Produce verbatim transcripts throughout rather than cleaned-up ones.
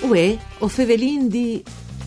Uè, o Fevelin di...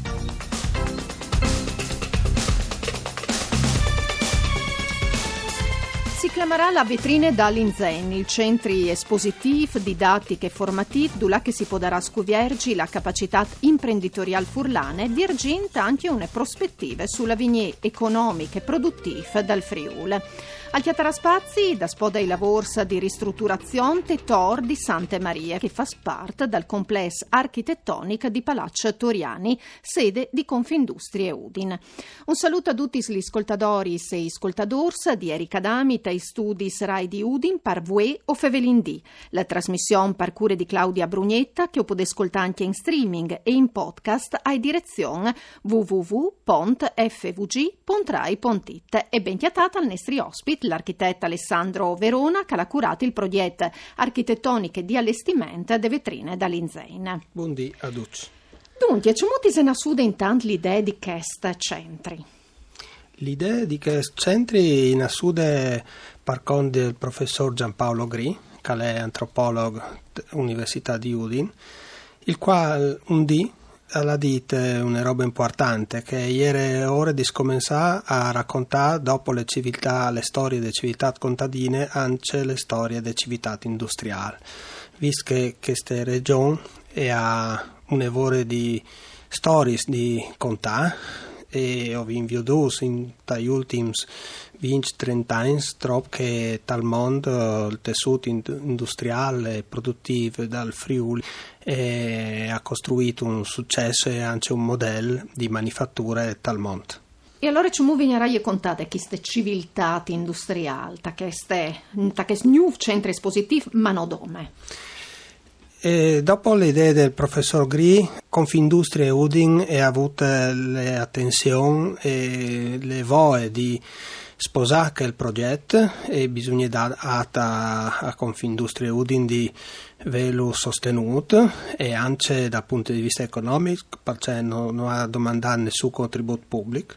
Si chiamerà la vetrine dall'Inzen, il centri espositiv, didattic e formativ, dove che si potrà scuviergi la capacità imprenditoriale furlane di argint anche una prospettive sulla vigne economiche e produttive dal Friul. Al Chiatara Spazi, da spoda i lavors di ristrutturazione Tor di Sante Maria, che fa parte dal complesso architettonico di Palazzo Toriani, sede di Confindustrie Udin. Un saluto a tutti gli ascoltatori e ascoltadors di Erika Dami, dai studi Rai di Udin, par Vue o Fevelin D. La trasmissione par cure di Claudia Brugnetta, che potete ascoltare anche in streaming e in podcast a direzione w w w punto f v g punto rai punto i t. E ben chiatata al nostri ospiti l'architetto Alessandro Verona, che ha curato il progetto architettonico di allestimento delle vetrine dall'Inzen. Buondì a tutti. Dunque, ci muti se nascude intanto l'idea di questi centri? L'idea di questi centri nascude par conto del professor Giampaolo Gri, che è antropologo dell'Università di Udin, il quale un dì ha detto una roba importante, che ieri è ora di scominciare a raccontare, dopo le civiltà, le storie delle civiltà contadine, anche le storie delle civiltà industriali, visto che questa regione ha un'evore di storie di contà, e ho vinto in dagli ultimi venti trenta anni troppo che tal mondo il tessuto industriale e produttivo dal Friuli e ha costruito un successo e anche un modello di manifattura tal mondo. E allora ci muoviamo a contare queste civiltà industriali, da queste nuovi centri espositivi, ma non dove? E dopo le idee del professor Gri, Confindustrie Udin ha avuto le attenzioni e le voie di sposare il progetto e bisogna dare ata a Confindustrie Udin di averlo sostenuto e anche dal punto di vista economico, perché non, non ha domandato nessun contributo pubblico.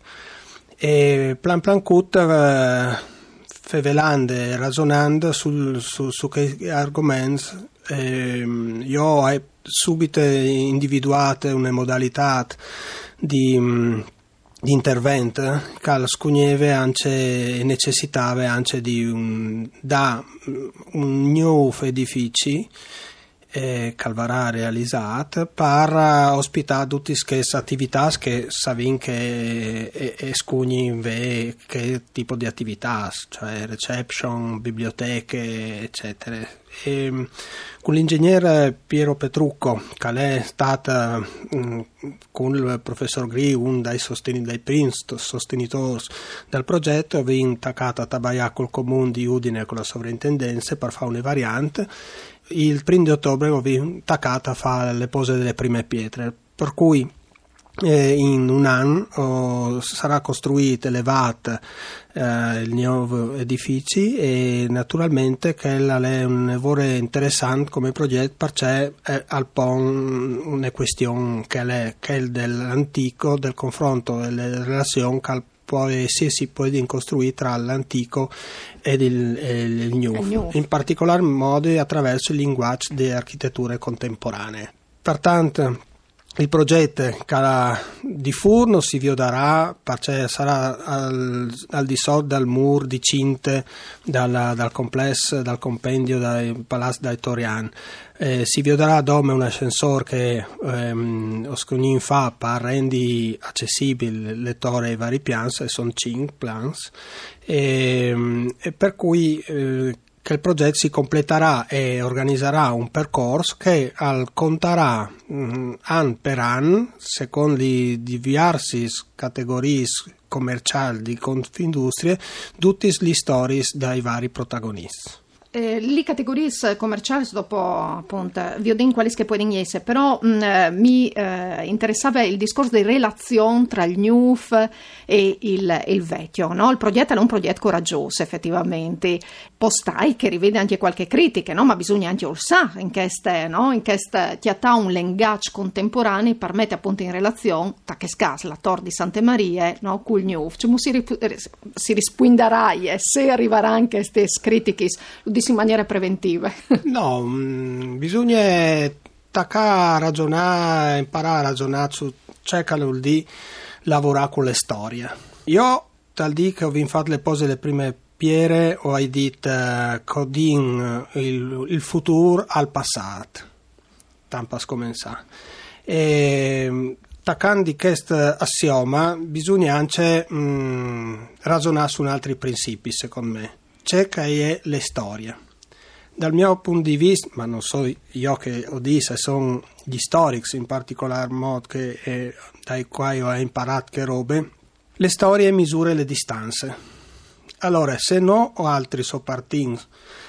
E plan plan cut eh, fevelando e ragionando sul, su, su che argomenti Eh, io ho subito individuato una modalità di, di intervento che scugneva anche necessitava anche di un, da un nuovo edificio eh, che verrà realizzato per ospitare tutte queste attività che sappiamo che è scugni che tipo di attività, cioè reception, biblioteche, eccetera. E con l'ingegnere Piero Petrucco, che è stata mh, con il professor Gri uno dei, sosteni, dei primi sostenitori del progetto, abbiamo intaccato a Tabaià col comune di Udine con la sovrintendenza per fare una variante. Il primo di ottobre abbiamo intaccato a fare le pose delle prime pietre, per cui eh, in un anno oh, sarà costruito, elevato eh, il nuovo edificio e naturalmente che è un lavoro interessante come progetto perché è al pon una questione che è, che è dell'antico, del confronto e delle relazioni che poi si, si può costruire tra l'antico ed il, il, il new, new, in particolar modo attraverso il linguaggio di architetture contemporanee. Pertanto il progetto di Furno si vioderà perché sarà al, al di sotto del muro di cinte dal, dal complesso, dal compendio del Palazzo dai Toriani. Eh, si vioderà dove un ascensore che ehm, Osconin fa per rendere accessibile il lettore ai vari piani, e sono cinque plans, e, e per cui eh, che il progetto si completerà e organizzerà un percorso che al conterà mh, anno per anno, secondo le diverse categorie commerciali di Confindustrie, tutte le storie dai vari protagonisti. Eh, le categorie commerciali dopo appunto vi ho detto quali che può essere, però mh, mi eh, interessava il discorso di relazione tra il new e il, il vecchio, no? Il progetto è un progetto coraggioso effettivamente, postai che rivede anche qualche critica, no? Ma bisogna anche orsare in queste, no? In queste chiatà un linguaggio contemporaneo per mettere appunto in relazione ta che scasa la Tor di Sante Maria, no? Col new, cioè, si, si rispinderà e se arriverà anche queste critiche in maniera preventiva. No, mh, bisogna tacca a ragionare, imparare a ragionare su cercano di lavorare con le storie. Io tal di che ho fatto le pose le prime piere ho detto uh, codin il, il futuro al passato tampa scomensà e taccando di questo assioma bisogna anche mh, ragionare su altri principi, secondo me. C'è che è le storie. Dal mio punto di vista, ma non so io che ho detto, sono gli storici in particolar modo che, eh, dai quali ho imparato che robe, le storie misurano le distanze. Allora, se no o altri soppartins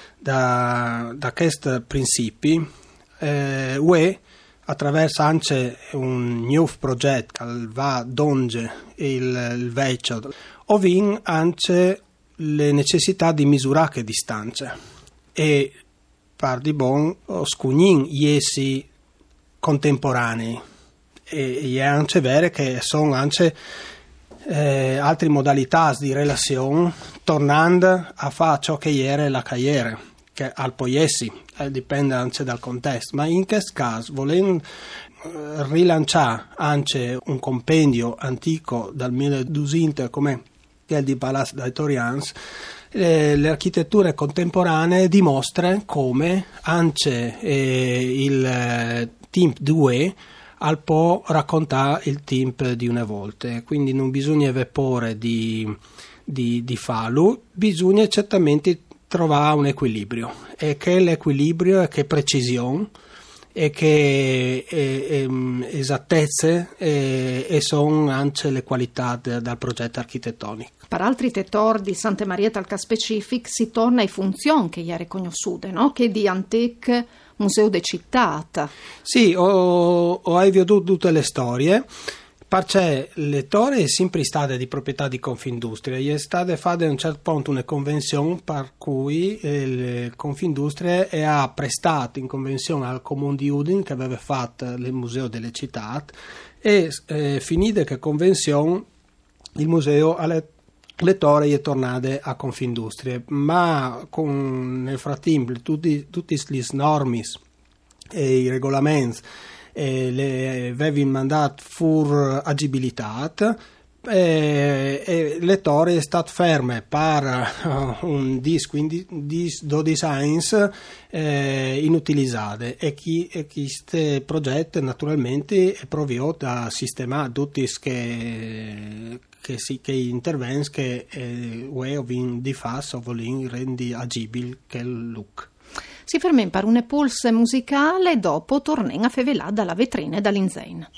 da, da questi principi, eh, U E attraverso anche un new progetto che va donge il, il vecchio, ovin anche le necessità di misurare che distanze e par di bon scugnin iesi contemporanei e è anche vero che sono anche eh, altre modalità di relazione tornando a fare ciò che ieri la carriera che al poiesi eh, dipende anche dal contesto, ma in questo caso volendo eh, rilanciare anche un compendio antico dal milleduecento come il di Palazzo d'Aitorians, eh, le architetture contemporanee dimostrano come anche eh, il eh, team due al può raccontare il team di una volta, quindi non bisogna avere paura di, di, di farlo, bisogna certamente trovare un equilibrio e che l'equilibrio è che precisione e che e, e, esattezze e, e sono anche le qualità de, del progetto architettonico. Per altri tettori di Santa Maria Talca Specific si torna ai funzioni che gli è riconosciute, no? Che di Antic Museo de Città. Sì, ho, ho hai veduto tutte le storie. Perché le torri è sempre stata di proprietà di Confindustria, è stata fatta a un certo punto una convenzione per cui il Confindustria ha prestato in convenzione al Comune di Udine che aveva fatto il Museo delle Città e eh, finita che convenzione il museo alle le torri è tornato a Confindustria, ma con, nel frattempo tutti, tutti gli normis e i regolamenti e le avevi mandato fur agibilitate e, e le torri è state ferme per uh, un disco quindi do designs eh, inutilizzate e chi e questo progetto naturalmente è provviato a sistemare tutti che che si che interventi che eh, U E O vin di fas o volin rendi agibile che il look. Si ferma per una pulse musicale e dopo torna a fevelà dalla vetrina dall'Inzain.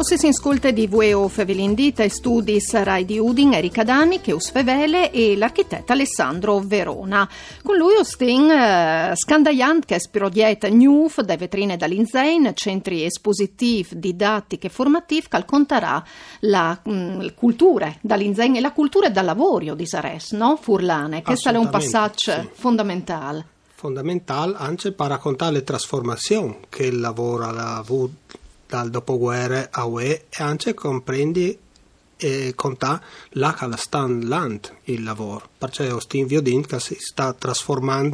se si ascolta di Vueo Fevelindita e Studis Rai di Udin, Erika Dami, che Usfevele e l'architetto Alessandro Verona. Con lui ostin uh, scandaiant che sprodiet Newf da vetrine dall'Inzein, centri espositiv, didattiche e formativ, che contarà la mh, cultura dall'Inzein e la cultura dal lavoro di Sares, no? Furlane, che è un passaggio sì. fondamentale. Fondamentale anche per raccontare le trasformazioni che il lavoro ha avuto dal dopoguerra a U E e anche comprendi e conta là che sta andando il lavoro, perché Ostin Viodin che si sta trasformando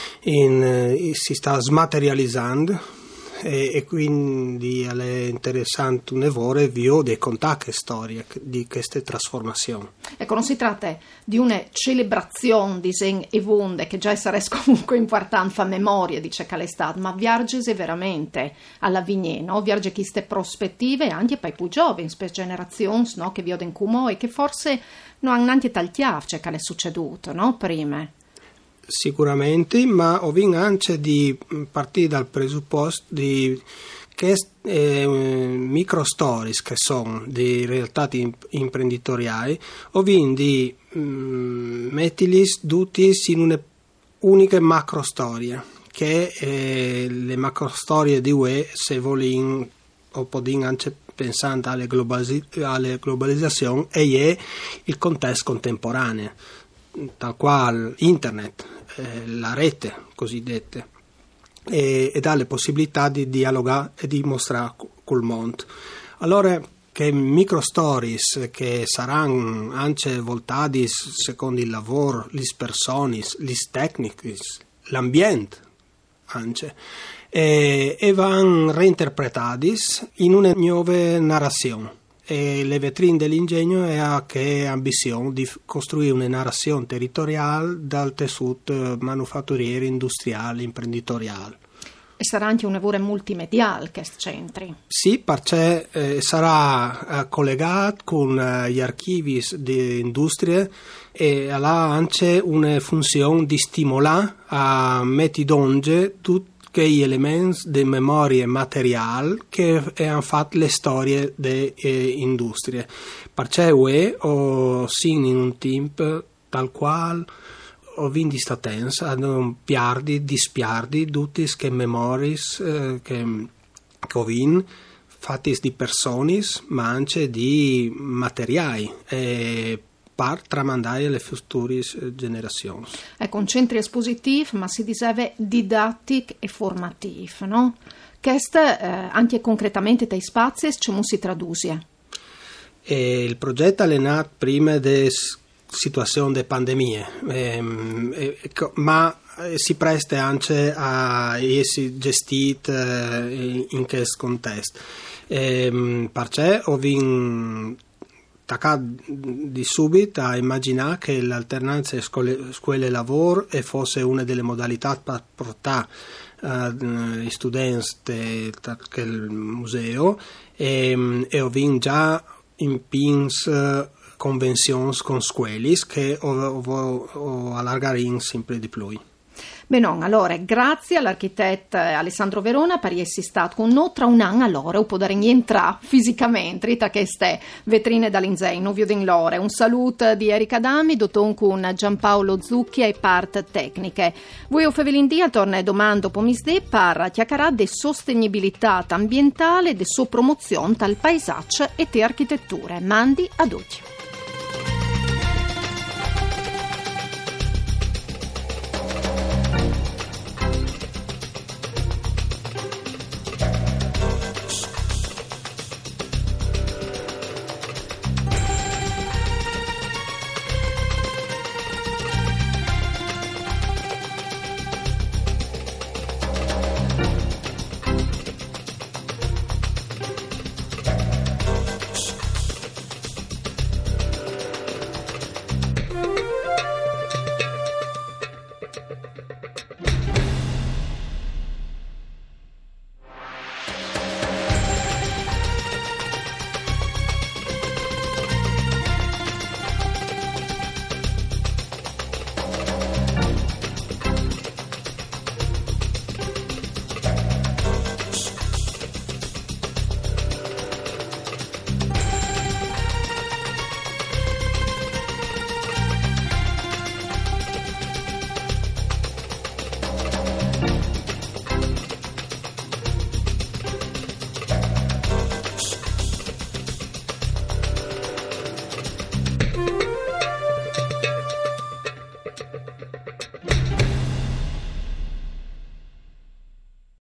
in, si sta smaterializzando e, e quindi è interessante un lavoro e vi ho dei contatti storie di queste trasformazioni. Ecco, non si tratta di una celebrazione di Zen e Vonde che già sarà comunque importante fa memoria di ciò che è stato, ma viaggiese veramente alla vigne, no? Viagge queste prospettive anche per i più giovani, per generazioni, no? Che vedono come e che forse non hanno neanche talchiato ciò che è succeduto, no? Prima. Sicuramente, ma ho vinto anche di partire dal presupposto di che eh, micro stories che sono di realtà imprenditoriali, ho vinto di mm, metterli tutti in una unica macro storia, che eh, le macro storie di U E, se vogliono, o podin anche pensando alle, globalizz- alle globalizzazione, e è il contesto contemporaneo, tal quale internet, eh, la rete cosiddetta, e, e dà le possibilità di dialogare e di mostrare col mondo. Allora, che micro stories che saranno anche voltati secondo il lavoro, le persone, le tecniche, l'ambiente anche, e, e vanno reinterpretati in una nuova narrazione. E le vetrine dell'ingegno è che ambizione di costruire una narrazione territoriale dal tessuto manufatturiero, industriale, imprenditoriale. E sarà anche un lavoro multimediale che centri. Sì, perché eh, sarà eh, collegato con eh, gli archivi di industrie e ha anche una funzione di stimolare a mettere tutti gli elementi di memoria materiale che hanno fatto le storie delle eh, industrie. Perché U E ho sin in un tempo tal quale ho vinto questa tensa a non piardi, dispiardi tutte queste memorie eh, che, che ho vinto, fatte di persone ma anche di materiali. E per tramandare alle future generazioni. Ecco, un centro espositivo, ma si diceva didattico e formativo, no? Questo eh, anche concretamente dai spazi come si traduce? E il progetto è nato prima della situazione di pandemia, ehm, eh, ma si presta anche a essere gestito eh, in questo contesto. Ehm, perché ho vinto di subito a immaginare che l'alternanza scuola-lavoro fosse una delle modalità per portare uh, gli studenti del museo e, e ho vinto già in pins convenzioni con scuole che ho, ho, ho allargato sempre di più. Benon, allora, grazie all'architetto Alessandro Verona per essere stato con noi tra un anno allora, o può dare rientrare fisicamente tra queste vetrine dall'Inzein, ovvio din lore. Un saluto di Erika Dami, dotton con Giampaolo Zucchi e part tecniche. Voi o Fevelindia torna domando pomisdè per chiacchierare di sostenibilità ambientale e di sua promozione tal paesaggio e te architetture. Mandi ad oggi.